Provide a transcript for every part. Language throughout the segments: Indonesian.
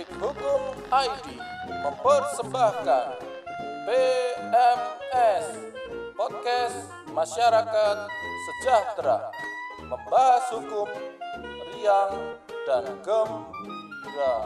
Klik Hukum ID mempersembahkan PMS Podcast Masyarakat Sejahtera, membahas hukum riang dan gembira.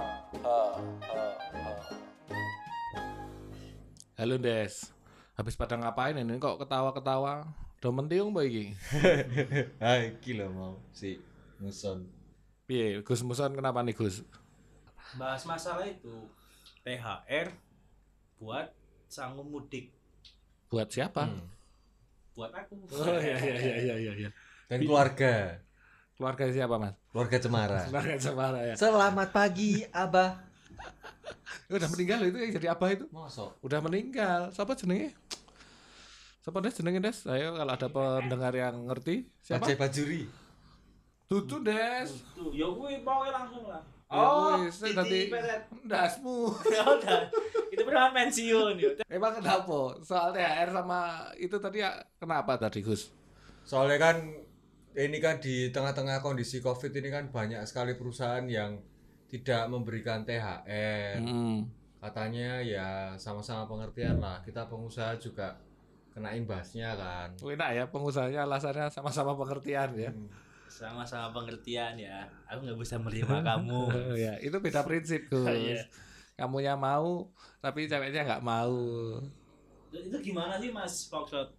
Halo Des, habis pada ngapain ini kok ketawa-ketawa? Udah mentiung apa iki? Hai, gila mau si Muson. Piye, Gus Muson kenapa nih Gus? Bahas masalah itu THR buat sanggup mudik. Buat siapa? Buat aku. Oh iya. Dan keluarga. Keluarga siapa Mas? Keluarga Cemara. Keluarga Cemara ya. Selamat pagi, Abah. Udah meninggal itu yang jadi apa itu? Mosok. Udah meninggal. Siapa jenenge? Siapa Des jenenge Des? Ayo kalau ada pendengar yang ngerti. Siapa? Aceh Bajuri. Tutu Des. Tuh, ya gue bawa langsung lah. Wis nanti dasmu. Ya udah. Itu beneran pensiun ya. Emang kenapa? Soal THR sama itu tadi ya kenapa tadi Gus? Soalnya kan ini kan di tengah-tengah kondisi Covid ini kan banyak sekali perusahaan yang tidak memberikan THR. Katanya ya sama-sama pengertian lah. Kita pengusaha juga kena imbasnya kan. Enak ya pengusahanya alasannya sama-sama pengertian ya. Sama-sama pengertian ya. Aku nggak bisa menerima kamu. Ya, itu beda prinsip Gus. Iya. Kamunya mau, tapi ceweknya nggak mau. Itu gimana sih Mas Foxtrot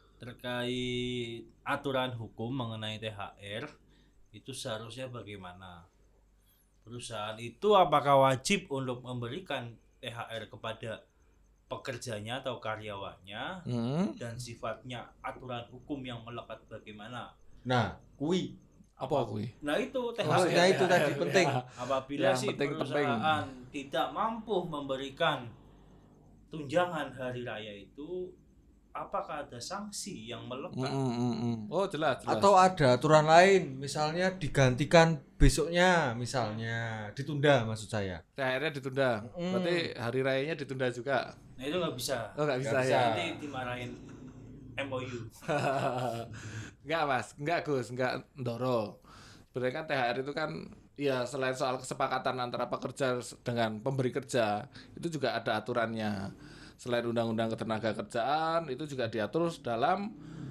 terkait aturan hukum mengenai THR itu seharusnya bagaimana? Perusahaan itu apakah wajib untuk memberikan THR kepada pekerjanya atau karyawannya dan sifatnya aturan hukum yang melekat bagaimana? Nah, kui Apa kuwi? Nah itu THR. maksudnya itu tadi penting. Apabila Yang si penting. perusahaan tidak mampu memberikan tunjangan hari raya itu, apakah ada sanksi yang melekat? Oh jelas. Atau ada aturan lain, misalnya digantikan besoknya, misalnya ditunda maksud saya. THR-nya ditunda. Berarti hari rayanya ditunda juga. Nah itu nggak bisa. Oh nggak bisa Nggak ya? bisa. Nanti dimarahin MOU. Enggak Mas, enggak Gus, enggak ndoro. Sebenarnya kan THR itu kan ya selain soal kesepakatan antara pekerja dengan pemberi kerja, itu juga ada aturannya. Selain Undang-Undang Ketenagakerjaan, itu juga diatur dalam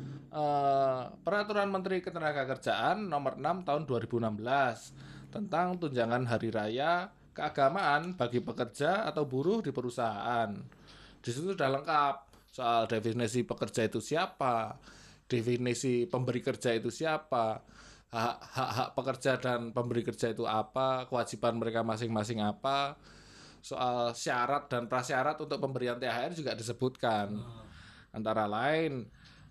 Peraturan Menteri Ketenagakerjaan Nomor 6 Tahun 2016 tentang tunjangan hari raya keagamaan bagi pekerja atau buruh di perusahaan. Di situ sudah lengkap soal definisi pekerja itu siapa, definisi pemberi kerja itu siapa, hak-hak pekerja dan pemberi kerja itu apa, kewajiban mereka masing-masing apa, soal syarat dan prasyarat untuk pemberian THR juga disebutkan. Antara lain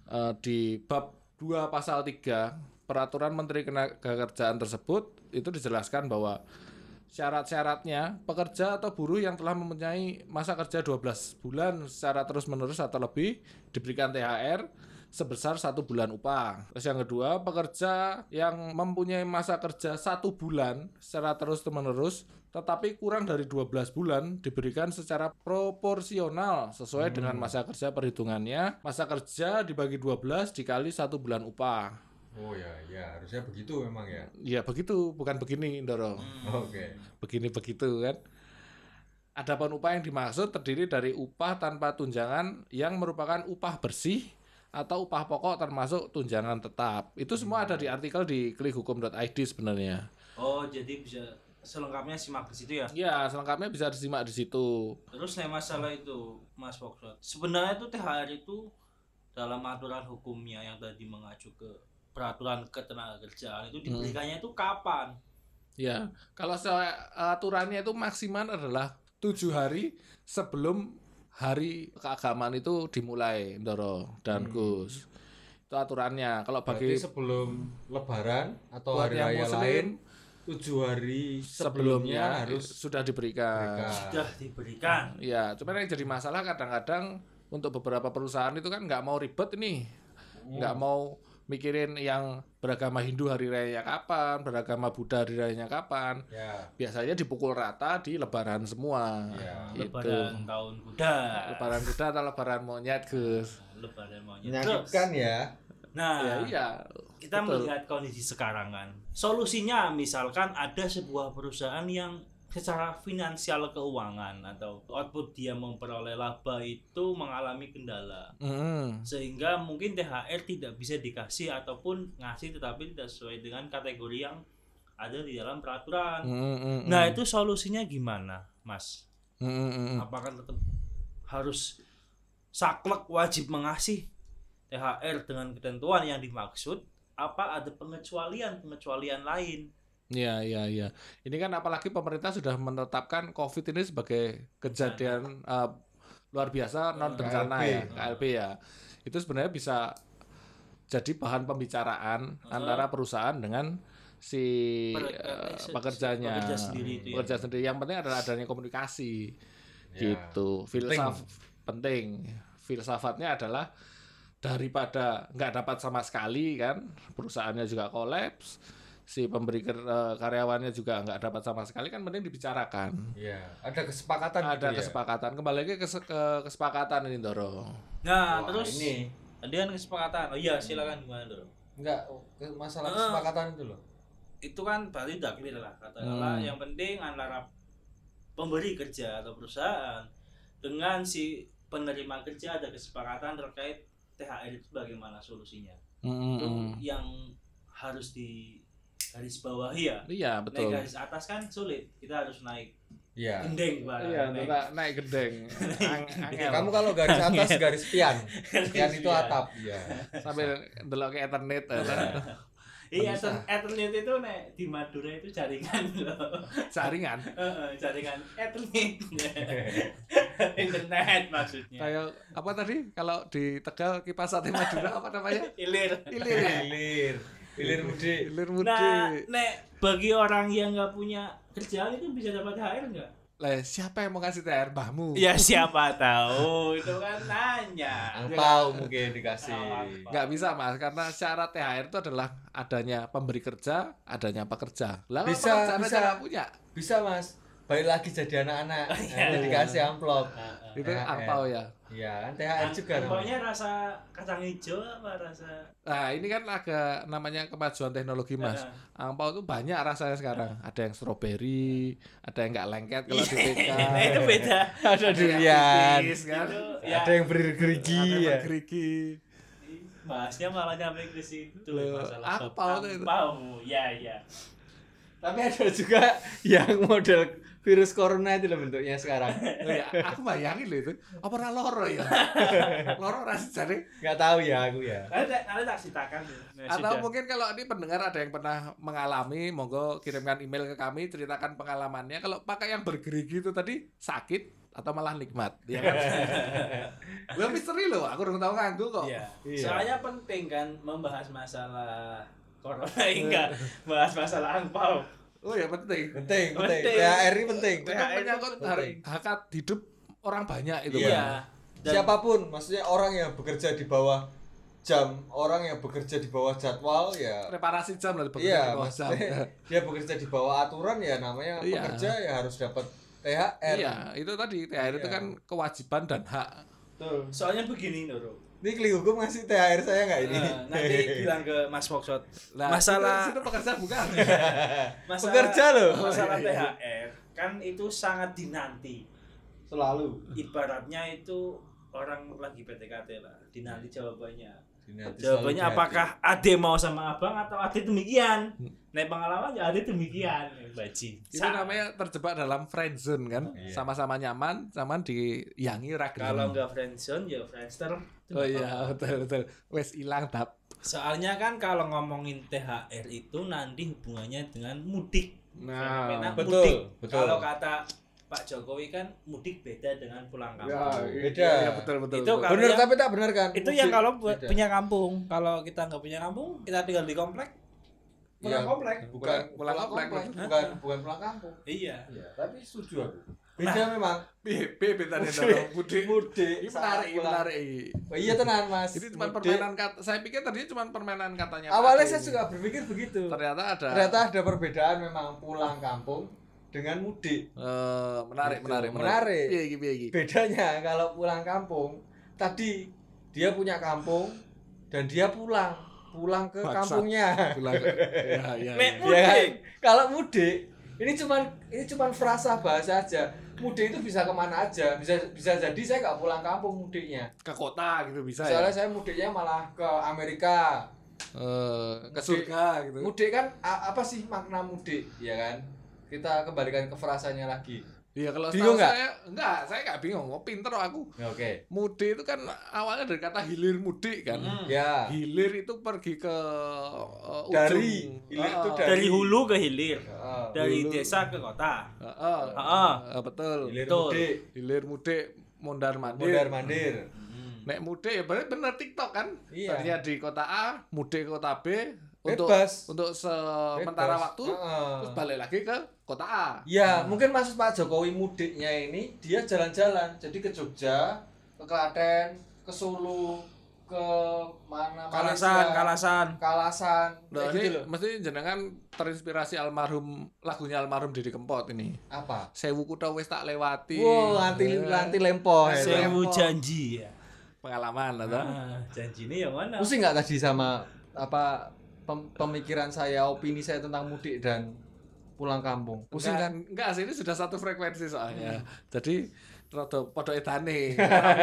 di bab 2 pasal 3 Peraturan Menteri Ketenagakerjaan tersebut itu dijelaskan bahwa syarat-syaratnya pekerja atau buruh yang telah mempunyai masa kerja 12 bulan secara terus-menerus atau lebih diberikan THR sebesar 1 bulan upah. Terus yang kedua, pekerja yang mempunyai masa kerja 1 bulan secara terus-menerus tetapi kurang dari 12 bulan diberikan secara proporsional sesuai dengan masa kerja perhitungannya. Masa kerja dibagi 12 dikali 1 bulan upah. Oh ya, harusnya begitu memang ya. Ya begitu, bukan begini Ndoro. Oke. Begini begitu kan. Adapun upah yang dimaksud terdiri dari upah tanpa tunjangan yang merupakan upah bersih atau upah pokok termasuk tunjangan tetap. Itu semua ada di artikel di klikhukum.id sebenarnya. Oh jadi bisa selengkapnya simak di situ ya. Ya, selengkapnya bisa disimak di situ. Terus nih masalah itu Mas Foxtrot, sebenarnya itu THR itu dalam aturan hukumnya yang tadi mengacu ke Peraturan Ketenagakerjaan itu diberikannya itu kapan? Ya, kalau aturannya itu maksimal adalah 7 hari sebelum hari keagamaan itu dimulai, Ndoro dan Gus. Itu aturannya. Kalau Berarti bagi sebelum Lebaran atau buat hari yang raya muslim, lain 7 hari sebelumnya harus sudah diberikan. Sudah diberikan. Ya, cuman yang jadi masalah kadang-kadang untuk beberapa perusahaan itu kan nggak mau ribet nih, nggak mau mikirin yang beragama Hindu hari rayanya kapan, beragama Buddha hari rayanya kapan. ya. Biasanya dipukul rata di Lebaran semua. Ya. Gitu. Lebaran tahun kuda. Lebaran kuda atau Lebaran monyet, Gus? Lebaran monyet. Menyakitkan ya. Nah, Ya iya. kita betul. melihat kondisi sekarang kan. Solusinya misalkan ada sebuah perusahaan yang secara finansial keuangan atau output dia memperoleh laba itu mengalami kendala. Sehingga mungkin THR tidak bisa dikasih ataupun ngasih tetapi tidak sesuai dengan kategori yang ada di dalam peraturan. Nah, itu solusinya gimana, Mas? Apakah tetap harus saklek wajib mengasih THR dengan ketentuan yang dimaksud, apa ada pengecualian lain? Iya. Ini kan apalagi pemerintah sudah menetapkan COVID ini sebagai kejadian luar biasa non bencana ya, KLB ya. Itu sebenarnya bisa jadi bahan pembicaraan antara perusahaan dengan si pekerjanya. Pekerja sendiri. Yang penting adalah adanya komunikasi. Gitu. Penting. Filsafatnya adalah daripada nggak dapat sama sekali kan, perusahaannya juga kolaps, si pemberi karyawannya juga nggak dapat sama sekali, kan mending dibicarakan. Iya, ada kesepakatan. Kesepakatan. Kembali lagi ke kesepakatan ini, Doro. Nah, terus ini tadi kan kesepakatan. Oh iya, silakan gimana, Doro? Enggak, masalah kesepakatan itu loh. Itu kan berarti udah clear lah. Katakanlah yang penting antara pemberi kerja atau perusahaan dengan si penerima kerja ada kesepakatan terkait THR itu bagaimana solusinya. Itu yang harus di garis bawah ya. Iya, betul. Naik garis atas kan sulit. Kita harus naik gendeng barang. Iya, naik gendeng. Kamu kalau garis atas garis pian. Pian itu atap, iya. Sambil delok ke Ethernet. Iya, Ethernet itu nek di Madura itu jaringan loh. Jaringan. Jaringan Ethernet. Internet maksudnya. Kayak apa tadi? Kalau di Tegal kipas sate Madura apa namanya? Ilir mudik. Nah, nek bagi orang yang nggak punya kerjaan itu bisa dapat THR nggak? Lah, siapa yang mau kasih THR, mbahmu? Ya siapa tahu, itu kan nanya. Angpau mungkin dikasih. Nggak bisa, Mas, karena syarat THR itu adalah adanya pemberi kerja, adanya pekerja. Lah, bisa punya. Bisa, Mas. Balik lagi jadi anak-anak. Dikasih amplop. Itu angpau ya. Iya, kan THR juga. Ampaunya rasa kacang hijau apa rasa? Nah, ini kan agak namanya kemajuan teknologi, Mas. Angpau itu banyak rasanya sekarang. Ada yang stroberi, ada yang nggak lengket kalau dipegang. Itu beda. Ada durian. Kan? Ada yang bergerigi ya. Bahasnya malah nyampe ke situ. Masalah angpau itu. Ya. Tapi ada juga yang model virus corona itu loh bentuknya sekarang. Oh ya, aku bayangin loh itu. Apa ora loro ya? Loro rasanya. Enggak tahu ya aku ya. Nanti tak ceritakan. Atau mungkin kalau ini pendengar ada yang pernah mengalami, monggo kirimkan email ke kami, ceritakan pengalamannya. Kalau pakai yang bergerigi itu tadi sakit atau malah nikmat, ya kan? Lo misteri loh, aku udah tahu nganggu kok. Iya. Soalnya penting kan membahas masalah corona enggak, bahas masalah angpau. Oh ya penting. THR ini penting. Itu menyangkut hak hidup orang banyak itu. Iya. Siapapun, maksudnya orang yang bekerja di bawah jam, orang yang bekerja di bawah jadwal ya. Reparasi jam lah bekerja di bawah jam. Dia bekerja di bawah aturan ya namanya pekerja ya harus dapat THR. Iya, itu tadi THR itu kan kewajiban dan hak. Betul. Soalnya begini, Noro. Ini kli hukum ngasih THR saya nggak ini? Nanti bilang ke Mas Foxot. Nah, masalah itu pekerja bukan. Pekerja loh. Masalah THR kan itu sangat dinanti. Selalu. Ibaratnya itu orang lagi PTKT lah, dinanti jawabannya. Dinanti Jawabannya apakah Ade mau sama abang atau Ade demikian? Nek pengalaman ya Ade demikian, baji. Itu namanya terjebak dalam friendzone kan, sama-sama nyaman, diyangi ra gelem. Kalau enggak friendzone ya friendster. Oh iya, betul. Wes ilang tap. Soalnya kan kalau ngomongin THR itu nanti hubungannya dengan mudik. Nah, betul. Kalau kata Pak Jokowi kan mudik beda dengan pulang kampung. Ya, beda. Ya, betul. Itu benar tapi tak benar kan. Itu yang kalau punya kampung. Kalau kita nggak punya kampung, kita tinggal di komplek. Pulang komplek. Bukan pulang komplek. Bukan pulang kampung. Iya. Tapi setuju aku. Beda memang. Beda nih mudik. Mudik. Ini menarik. Oh, iya tenan Mas. Ini cuma permainan kata. Saya pikir tadinya cuma permainan katanya. Awalnya saya juga berpikir begitu. Ternyata ada perbedaan memang pulang kampung dengan mudik. Menarik. Piye. Bedanya kalau pulang kampung, tadi dia punya kampung dan dia pulang ke kampungnya. Ya. Mudik. Kalau mudik Ini cuman frasa bahasa aja. Mudik itu bisa kemana aja. Bisa jadi saya nggak pulang kampung mudiknya. Ke kota gitu bisa Soalnya ya. saya mudiknya malah ke Amerika. Ke surga gitu. Mudik kan apa sih makna mudik, ya kan? Kita kembalikan ke frasanya lagi. Iya kalau Bingung setahu nggak? saya nggak bingung. Oh, pinter aku. Oke. Mudik itu kan awalnya dari kata hilir mudik kan. Ya. Hilir itu pergi ke ujung. Dari hilir itu Dari hulu ke hilir. Heeh. Dari Hulu. desa ke kota. Heeh. Betul. Hilir Betul. mudik, Hilir mudik mondar mandir. mondar-mandir. Nek mudik ya berarti bener TikTok kan. Iya. Tadinya di kota A, mudik ke kota B Bebas. untuk sementara Bebas. waktu Heeh. terus balik lagi ke kota A. Ya, mungkin maksud Pak Jokowi mudiknya ini dia jalan-jalan. Jadi ke Jogja, ke Klaten, ke Solo, ke mana Kalasan. Kalasan. Nah, Kayak gitu ini loh. mesti jenengan terinspirasi lagunya almarhum Didi Kempot ini. Apa? Sewu kutha wis tak lewati. Wow, anti lempoh. Sewu janji ya. Pengalaman atau? Janji ini yang mana? Pusing nggak tadi sama apa pemikiran saya, opini saya tentang mudik dan pulang kampung? Pusing kan? Enggak sih, ini sudah satu frekuensi soalnya. Jadi rada padha edane.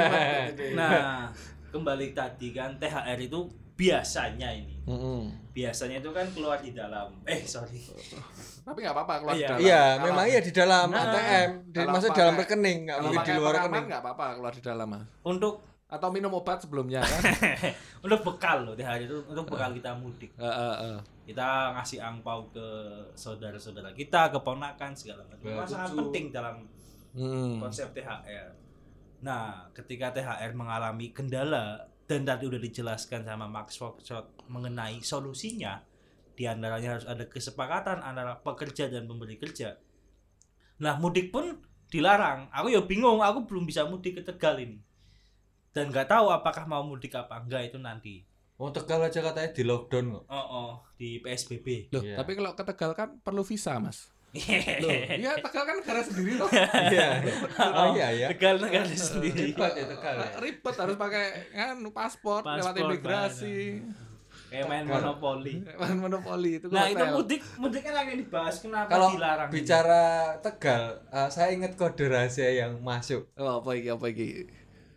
Nah, kembali tadi kan THR itu biasanya ini. Biasanya itu kan keluar di dalam. Sorry. Tapi nggak apa-apa keluar di Iya. dalam. Iya, Kalau- memang iya di dalam Nah, ATM, maksudnya pakai- dalam rekening, nggak kalau mungkin di pakai luar pengaman rekening. nggak apa-apa keluar di dalam, Mas. Untuk Atau minum obat sebelumnya kan. untuk bekal loh THR itu untuk bekal kita mudik. Kita ngasih angpau ke saudara-saudara kita, keponakan segala macam. Ya, Sangat cucu. penting dalam konsep THR. Nah, ketika THR mengalami kendala dan tadi udah dijelaskan sama Max Workshop mengenai solusinya, di antaranya harus ada kesepakatan antara pekerja dan pemberi kerja. Nah, mudik pun dilarang. Aku ya bingung, aku belum bisa mudik ke Tegal ini. Dan nggak tahu apakah mau mudik apa enggak itu nanti. Oh, Tegal aja katanya di lockdown kok. Di PSBB. Loh, Iya. tapi kalau ke Tegal kan perlu visa, Mas. Loh, iya Tegal kan negara sendiri loh. Iya. Oh iya ya. Tegal negara sendiri. Ribet ya Tegal ya. Ribet harus pakai kan paspor lewat Paspor, imigrasi. Kayak main monopoli. Monopoli itu Nah, itu hotel. mudik kan lagi dibahas kenapa Kalau dilarang. bicara Tegal, saya ingat kode rahasia yang masuk. Oh, apa iki?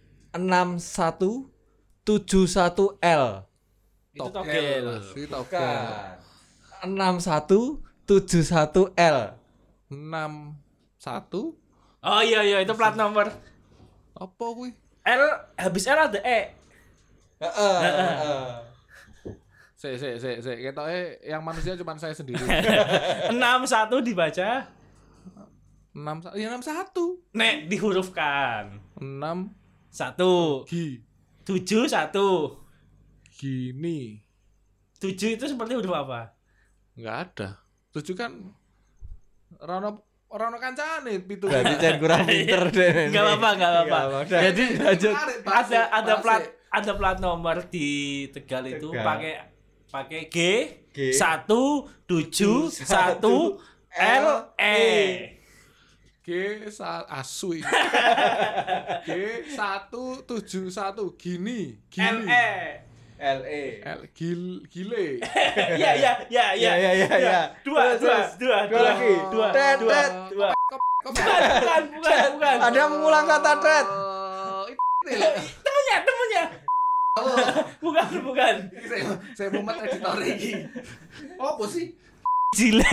6171L. Itu togel. Si togel. 6171L. 61 Oh iya itu plat nomor. apa kuwi? L habis L ada E. Sik. Ketoke yang manusia cuma saya sendiri. 61 dibaca 61. Ya 61. nek dihurufkan. 6 1 Gi 7 1. gini. 7 itu seperti huruf apa? Enggak ada. 7 kan Rono kancane pitu. Berarti jangan kurang pinter deh. Enggak apa-apa. Jadi lanjut. ada plat nomor di Tegal itu Tegal. pakai G, G 1 7 1 L E. Asui. G171 gini. L E. LE. Gile. Iya. Ya. Dua lagi. Dua. Bukan. Ada yang mengulang kata Ted. Temennya. Bukan. Saya mumet editor iki. Apa sih? Jile.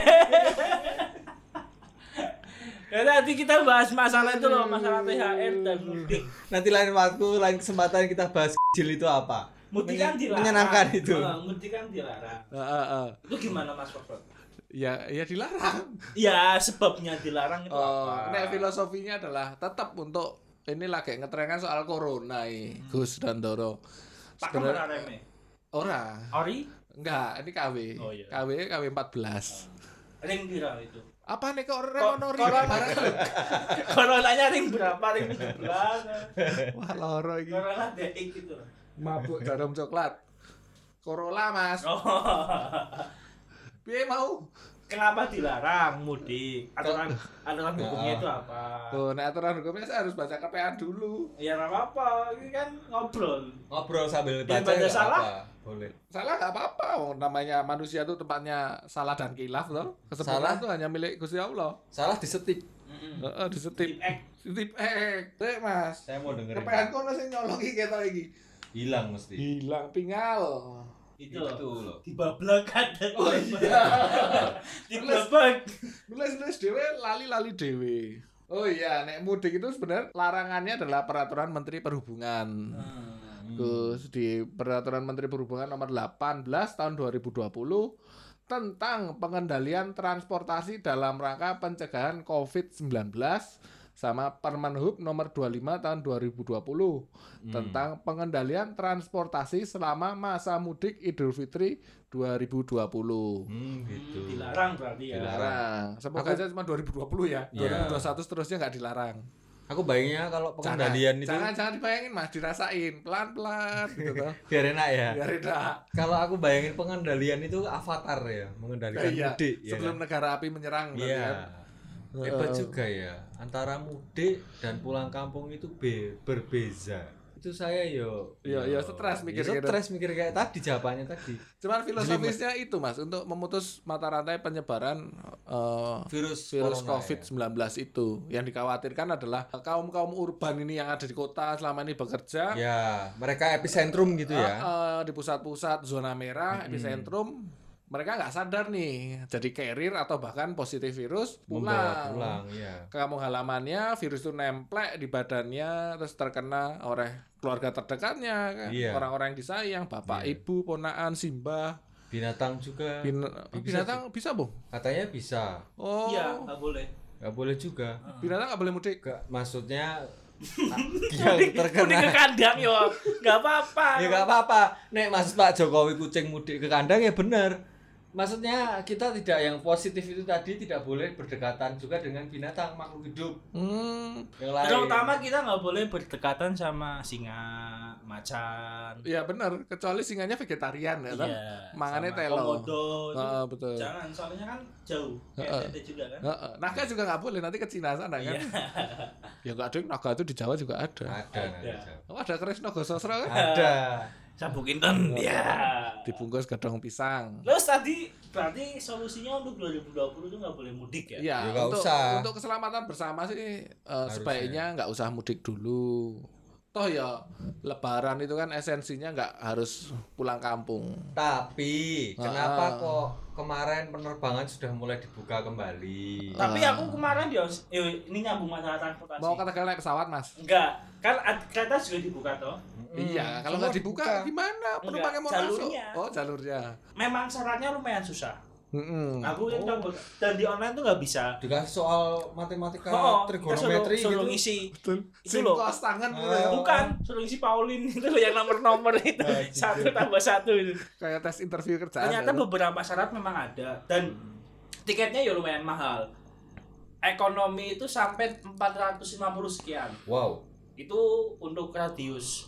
Ya nanti kita bahas masalah itu loh, masalah THR dan mudik. Nanti lain waktu, lain kesempatan kita bahas kecil itu apa. Mudik kan dilarang. Menyenangkan itu. Mudik kan dilarang. Heeh. Itu gimana Mas Pokot? Ya dilarang. Ya sebabnya dilarang itu apa? Nek filosofinya adalah tetap untuk ini lagi ngetrenkan soal corona Gus dan Doro. Pak Kamera reme. Ora. Ori? Enggak, ini KW. Oh, iya. KW 14. Ring pira itu? Apa nih kok remono Coronanya ring berapa? Ring 17. Wah, loro iki. Corona DX gitu. Mabuk jarum coklat. Corolla, Mas. Oh. Piye mau? kenapa dilarang mudik? Aturan hukumnya itu apa? Oh, nah aturan hukumnya saya harus baca KPA dulu. Ya nggak apa-apa, ini kan ngobrol. Ngobrol sambil Ya, baca baca nggak salah? apa-apa. Boleh. Salah nggak apa-apa, namanya manusia itu tempatnya salah dan khilaf loh. Kesempurnaan Salah? itu hanya milik Gusti Allah. Salah disetip. Disetip. Tip Dek Mas. Saya mau dengerin. KPA kono sing nyolongi ketok iki. Hilang mesti. Hilang pingal. itu loh. dibablak kadang. Oh iya. Dibablak. Nulis dhewe lali dhewe. Oh iya, nek mudik itu sebenarnya larangannya adalah peraturan Menteri Perhubungan. Terus di peraturan Menteri Perhubungan nomor 18 tahun 2020 tentang pengendalian transportasi dalam rangka pencegahan COVID-19 sama Permenhub nomor 25 tahun 2020 tentang pengendalian transportasi selama masa mudik Idul Fitri 2020. Gitu. Dilarang berarti ya. Dilarang. Semoga aja cuma 2020 ya. Iya. 2021 seterusnya nggak dilarang. Aku bayangnya kalau pengendalian itu Jangan dibayangin Mas, dirasain pelan-pelan gitu toh. biar enak ya. Biar enak. Kalau aku bayangin pengendalian itu avatar ya, mengendalikan Iya, mudik ya. sebelum kan? negara api menyerang berarti Iya. kan. Hebat juga ya. Antara mudik dan pulang kampung itu berbeza. Itu saya Iya, stres mikir gitu. Stres mikir kayak tadi jawabannya tadi. Cuman filosofisnya itu Mas, untuk memutus mata rantai penyebaran Virus virus corona COVID-19 itu. Yang dikhawatirkan adalah kaum-kaum urban ini yang ada di kota selama ini bekerja. Ya, mereka epicentrum gitu ya. Di pusat-pusat zona merah, epicentrum, mereka nggak sadar nih jadi carrier atau bahkan positif virus Membawa pulang pulang, ya. ke kampung halamannya, virus itu nemplek di badannya terus terkena oleh keluarga terdekatnya kan? Iya. Orang-orang yang disayang, bapak, Iya. ibu, ponaan, simbah, Binatang juga. binatang bisa Bung? Katanya bisa. Oh, Iya, nggak boleh. Nggak boleh juga. binatang nggak boleh mudik. Maksudnya yang Mudik ke terkena. kandang yo, nggak apa-apa. Ya nggak apa-apa. Nek maksud Pak Jokowi kucing mudik ke kandang ya benar. Maksudnya kita tidak yang positif itu tadi tidak boleh berdekatan juga dengan binatang makhluk hidup yang lain. Terutama kita nggak boleh berdekatan sama singa, macan. Iya benar, kecuali singanya vegetarian ya kan. sama Mangannya telo. komodo itu. Betul. Jangan, soalnya kan jauh. Kayak tete juga kan. Naga juga nggak boleh, nanti ke Cina sana kan. Iya. Ya nggak ada, naga itu di Jawa juga ada. Ada. Oh, ada Kresna Gososro kan? Ada. Sabuk inten. Ya. Dibungkus gedong pisang. Terus tadi berarti solusinya untuk 2020 itu nggak boleh mudik ya? Iya, Ya, nggak untuk, usah. untuk keselamatan bersama sih Harusnya. sebaiknya nggak usah mudik dulu. Toh ya Lebaran itu kan esensinya nggak harus pulang kampung. Tapi kenapa kok kemarin penerbangan sudah mulai dibuka kembali? Tapi aku kemarin ini nyambung masalah transportasi. Mau ke Tegal naik pesawat Mas? Enggak, kan kereta juga dibuka toh. Iya, kalau semua nggak dibuka gimana? Penumpangnya mau jalurnya. masuk? Oh jalurnya. Memang syaratnya lumayan susah. Aku yang Oh. coba dan di online tuh nggak bisa. Dikasih soal matematika Kita trigonometri suruh gitu. ngisi. Betul. Itu loh. Kos tangan gitu ya. Bukan, suruh ngisi Pauline itu loh yang nomor-nomor itu. 1+1 itu. Kayak tes interview kerjaan. Ternyata ya. beberapa syarat memang ada dan tiketnya ya lumayan mahal. Ekonomi itu sampai 450 sekian. Wow. Itu untuk radius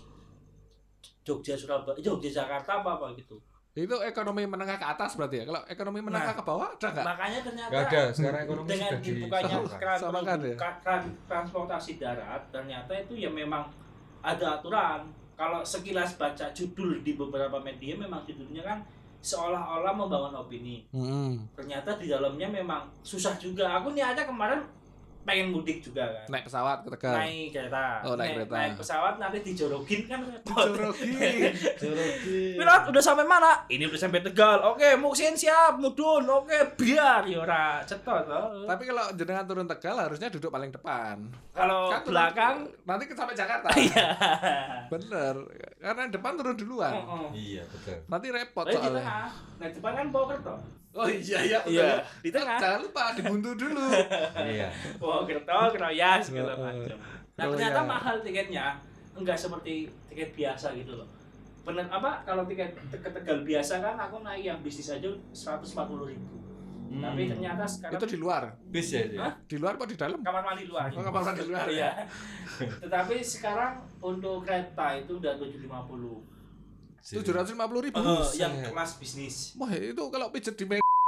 Jogja Surabaya, Jogja Jakarta apa gitu. Itu ekonomi menengah ke atas berarti ya. Kalau ekonomi menengah Nah, ke bawah ada nggak? Makanya ternyata Gak ada, sekarang ekonomi dengan sudah dibukanya disamakan. keran Samakan ya? transportasi darat, ternyata itu ya memang ada aturan. Kalau sekilas baca judul di beberapa media memang judulnya kan seolah-olah membangun opini. Ternyata di dalamnya memang susah juga. Aku niatnya kemarin pengen mudik juga kan. Naik pesawat ke Tegal. Naik kereta. Oh, naik kereta. Naik pesawat nanti dijorokin kan repot. Jorogi. Pilot udah sampai mana? Ini udah sampai Tegal. Oke, muksin siap, mudun. Oke, biar ya ora cetot toh. Tapi kalau jenengan turun Tegal harusnya duduk paling depan. Kalau Kan turun- belakang nanti sampai Jakarta. iya. Bener. Karena depan turun duluan. Iya, betul. Nanti repot Di soalnya. tengah. Nah, depan kan bawa kereta. Oh iya betul. Iya, di tengah. Jangan lupa dibuntu dulu. Iya. Bawa kereta, keroyas segala macam. Nah, ternyata Keroyas. mahal tiketnya. Enggak seperti tiket biasa gitu loh. Bener apa kalau tiket ke Tegal biasa kan aku naik yang bisnis aja 140.000. Tapi ternyata sekarang Itu di luar. Bis ya itu. Hah? Di luar apa di dalam? kamar mandi luar. Oh, kamar mandi luar ya. Iya. Tetapi sekarang untuk kereta itu udah 750. 750.000. Yang kelas bisnis. Wah itu kalau pijet di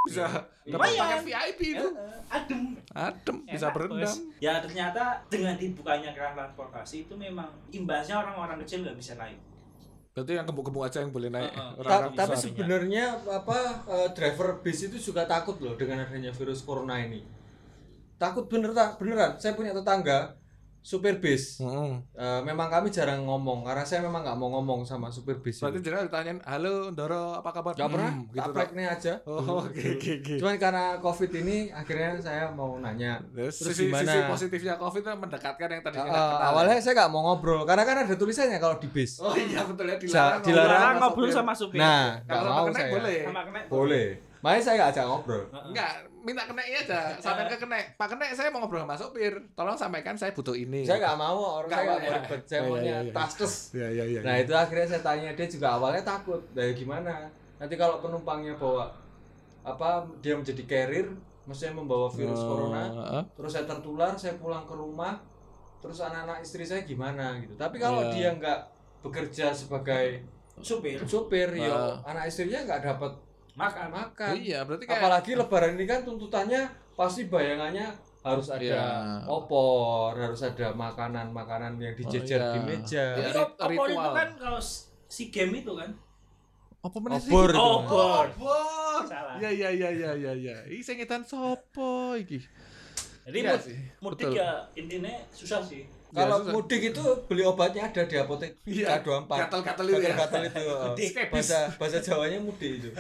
bisa dapat Lumayan. paket VIP itu. Adem. Bisa Enak, berendam. Bos. Ya ternyata dengan dibukanya keran transportasi itu memang imbasnya orang-orang kecil nggak bisa naik. Berarti yang gemuk-gemuk aja yang boleh naik. Heeh. Orang-orang Tapi besar. sebenarnya driver bis itu juga takut loh dengan adanya virus corona ini. Takut beneran. Saya punya tetangga supir bis. Memang kami jarang ngomong karena saya memang nggak mau ngomong sama supir bis. Berarti itu. jangan ditanyain, halo Ndoro apa kabar? Nggak pernah, gitu. tapleknya aja. Oh, oke. Cuman karena COVID ini akhirnya saya mau nanya. Terus Terus gimana? sisi positifnya COVID itu mendekatkan yang tadinya nggak kenal. Awalnya saya nggak mau ngobrol karena kan ada tulisannya kalau di bis. Oh iya betul ya, Dilarang Dilarang sama ngobrol sopir. sama supir. Nah, nggak Kalau mau sama kenek saya. boleh. Sama kena. Boleh. Makanya saya nggak ajak ngobrol. Enggak, minta keneknya aja. Sampai ke kenek. Pak kenek, saya mau ngobrol sama sopir. Tolong sampaikan saya butuh ini. Saya nggak mau, orang Nggak saya nggak mau mau ya. ribet. Saya Iya, maunya iya, iya. tastes. Iya. Nah itu akhirnya saya tanya, dia juga awalnya takut. Dari gimana? Nanti kalau penumpangnya bawa dia menjadi carrier, maksudnya membawa virus corona, terus saya tertular, saya pulang ke rumah, terus anak-anak istri saya gimana gitu. Tapi kalau Iya. dia nggak bekerja sebagai supir, Nah. ya anak istrinya nggak dapat Makan. Iya, berarti kayak Apalagi Lebaran ini kan tuntutannya pasti bayangannya harus ada Iya. opor, harus ada makanan-makanan yang dijejer iya. di meja. Iya. Tapi opor itu Ritual. kan kalau si game itu kan. apa meneh sih? Obor itu. Obor. Obor. Salah. Iya. Iki sing edan sopo iki? Jadi Iya sih, mudik betul. ya intinya susah sih. Kalau susah. mudik itu beli obatnya ada di apotek Iya, K24. gatal-gatal itu ya. Gatal itu. Skeptis. Bahasa Jawanya mudik itu.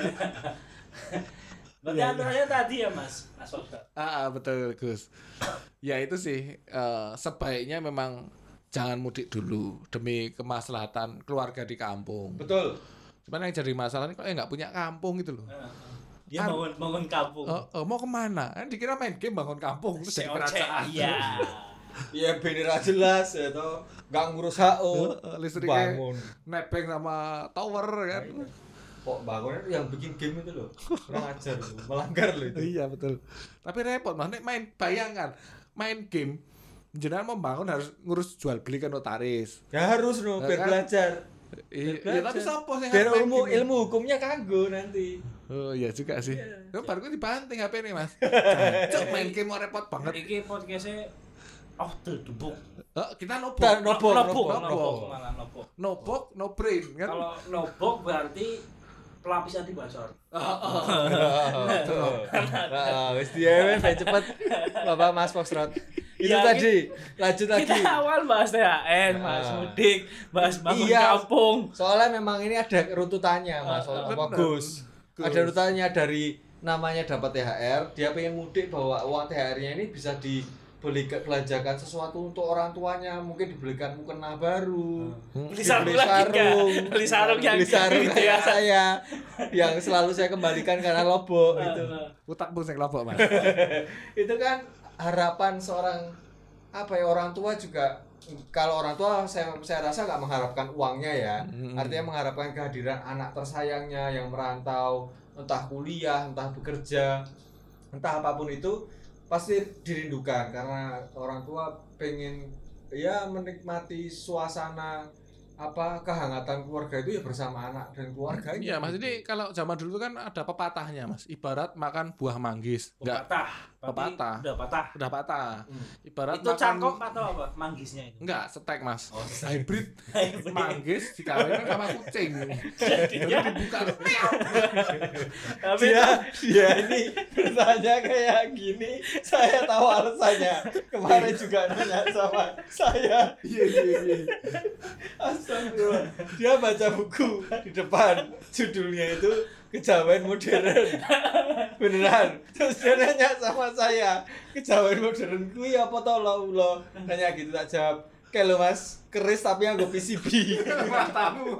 Berarti aturannya tadi ya Mas Okta. Betul Gus. Ya itu sih sebaiknya memang jangan mudik dulu demi kemaslahatan keluarga di kampung. Betul. Cuman yang jadi masalah ini kok nggak punya kampung gitu loh. Dia bangun kampung. Mau kemana? Kan dikira main game bangun kampung terus jadi COC. kerajaan. Iya. Iya bener jelas ya toh. Enggak ngurus HO. Listriknya Bangun. nebeng sama tower kan. Kok bangun itu yang bikin game itu loh. Kurang ajar loh. Melanggar loh itu. Iya betul. Tapi repot Mas, nek bayangkan main game jenengan membangun harus ngurus jual beli ke notaris. Ya harus loh biar Kan? belajar. Iya, tapi sopo sing Biar harus main game? ilmu hukumnya kanggo nanti. Oh iya juga sih. Kan baru gue dibanting HP nih Mas. Cuk main game mau repot banget. Iki podcastnya dubuk. Kita nobok. Nobok. Malah nobok. Nobok, no brain kan. Kalau nobok berarti pelapis anti bocor. Wis diewe bae cepet Bapak Mas Foxtrot. Itu Ya, tadi, lanjut lagi. Kita awal bahas THR, bahas mudik, bahas bangun Iya. kampung. Soalnya memang ini ada runtutannya Mas bener. Gus. Ada runtutannya dari namanya dapat THR, dia pengen mudik bawa uang THR-nya ini bisa belanjakan sesuatu untuk orang tuanya, mungkin dibelikan mukena baru, Beli sarung lagi enggak? Beli sarung yang beli sarung gitu ya. kayak saya yang selalu saya kembalikan karena lobok itu. Utak pun sing lobok Mas. Itu kan harapan seorang orang tua juga. Kalau orang tua saya rasa nggak mengharapkan uangnya ya, artinya mengharapkan kehadiran anak tersayangnya yang merantau, entah kuliah, entah bekerja, entah apapun itu pasti dirindukan karena orang tua pengen ya menikmati suasana kehangatan keluarga itu ya bersama anak dan keluarganya. Iya Mas, ini kalau zaman dulu kan ada pepatahnya Mas. Ibarat makan buah manggis. Enggak pepatah. Udah patah. Ibarat Itu makan cangkok atau apa? Manggisnya itu. enggak, steak Mas. Oh, Hybrid manggis dikawinkan sama kucing. Jadinya Dibuka. tapi dia ini bertanya kayak gini, saya tahu alasannya. Kemarin juga nanya sama saya. Iya. Astagfirullah. Dia baca buku di depan, judulnya itu Kejawen Modern. Beneran. Terus dia nanya sama saya, kejawen modern kuwi apa to lo? Nanya gitu tak jawab. Kayak lo Mas, keris tapi nganggo PCB. Matamu.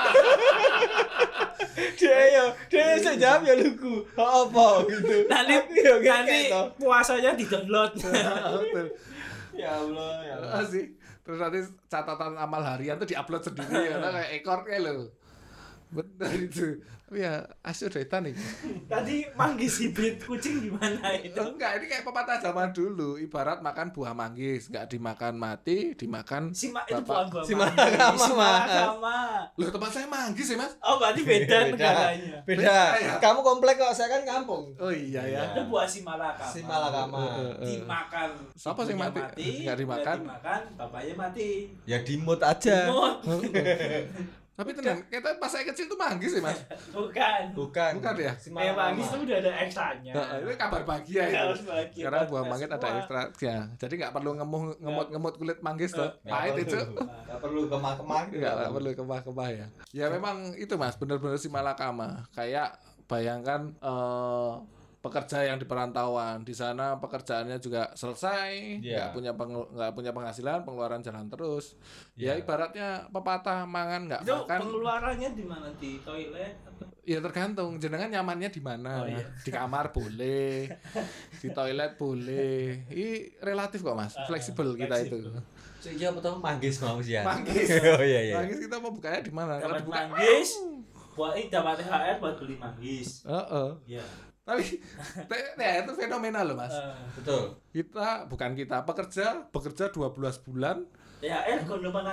Dia bisa jawab ya lugu. Apa gitu. nanti puasanya di-download. Betul. Ya Allah, ya Allah. Sih. Terus nanti catatan amal harian tuh diupload sendiri ya, kayak ekor kayak lo. Benar itu. Tapi ya asyik edan nih. Tadi manggis hibrid kucing gimana itu? Enggak, ini kayak pepatah zaman dulu. Ibarat makan buah manggis, enggak dimakan mati, dimakan Itu bapak. bukan buah Si manggis. Malakama, Si Mas. Malakama. Loh, tempat saya manggis ya, Mas? Oh, berarti beda negaranya. Beda. ya? Kamu komplek kok, saya kan kampung. Oh iya ya. Itu buah si Malakama. Si Malakama. Dimakan. Siapa sih ibunya mati? Nggak dimakan. Dimakan, bapaknya mati. Ya dimut aja. Timut. Tapi tenang, kita pas saya kecil tuh manggis ya, Mas. Bukan. Bukan. Bukan ya? Si Kayak Malakama. manggis itu udah ada eksanya. Nah, itu kabar bahagia itu. Harus bahagia. Sekarang buah Buat manggis ada semua. ekstra ya. Jadi nggak perlu ngemut kulit manggis tuh. Nggak Pahit perlu. itu. Nggak perlu kemah-kemah gitu. Nggak perlu kemah-kemah ya. Ya memang itu Mas, benar-benar si malakama. Kayak bayangkan pekerja yang di perantauan di sana pekerjaannya juga selesai, Iya. nggak punya penghasilan, pengeluaran jalan terus. Ya Iya. ibaratnya pepatah mangan nggak Itu makan. pengeluarannya di mana? Di toilet? Atau? Ya tergantung jenengan nyamannya di mana. Oh, iya. Di kamar boleh, di toilet boleh. Ini relatif kok Mas, fleksibel kita itu. So, iya betul manggis mau sih ya. Manggis. Oh iya iya. Manggis kita mau bukanya di mana? Kalau Dapat dibuka, manggis. Dapat THR buat beli manggis. heeh. Iya. Tapi ya, itu fenomena loh Mas. Betul. Kita bekerja 12 bulan. THR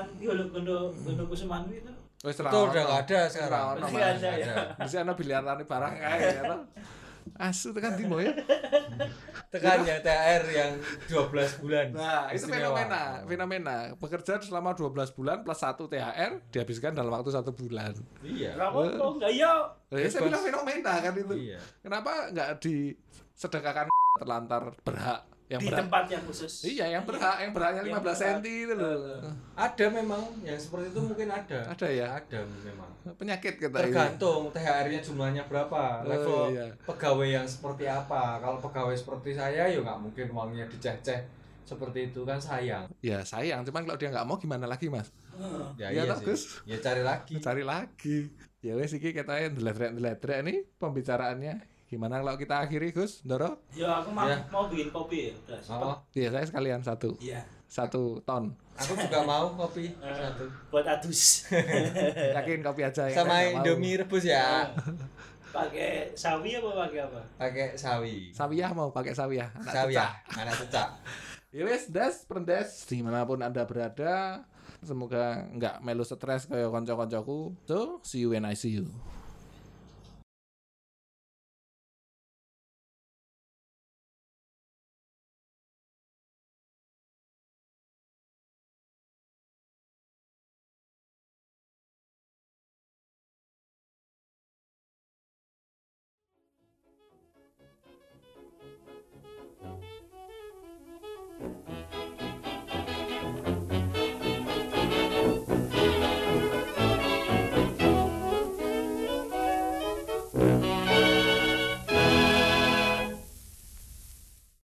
gondo kusuman itu. Wis Itu udah nggak ada sekarang. Ora ono, Masih Mas. ada ya. Di sana biliarane barang kae ya toh. Asu tekan dimo ya. Tekannya THR yang 12 bulan. Nah, itu Istimewa. fenomena. Bekerja selama 12 bulan plus 1 THR dihabiskan dalam waktu 1 bulan. Iya. Kenapa kok enggak ya? Ya, saya bilang fenomena kan itu. Iya. Kenapa nggak disedekahkan terlantar berhak yang Di berhak? tempat yang khusus. Iya, yang berhaknya 15 cm itu loh. Ada memang yang seperti itu mungkin ada. Ada ya? Ada memang. Penyakit kita ini. Tergantung THR-nya jumlahnya berapa, level iya. pegawai yang seperti apa. Kalau pegawai seperti saya ya nggak mungkin uangnya diceh-ceh seperti itu kan sayang. Ya sayang, cuman kalau dia nggak mau gimana lagi mas? Ya Iya, iya bagus. sih. Ya cari lagi. Cari lagi. Ya wes iki katanya ndeledrek nih pembicaraannya. Gimana kalau kita akhiri Gus, Ndoro? Ya aku mau Ya. mau bikin kopi ya. Udah, cepet. Oh, Iya saya sekalian satu Iya. ton. aku juga mau kopi satu. Buat adus. Yakin kopi aja yang Sama lain nggak mau. Indomie rebus ya. Pakai sawi apa pakai apa? Pakai sawi. Sawiyah mau pakai sawiyah. Anak Sawi cecak. ya, anak cecak. Ya wes, perendes dimanapun anda berada. Semoga nggak melu stres kayak konco-koncoku. So, see you when I see you.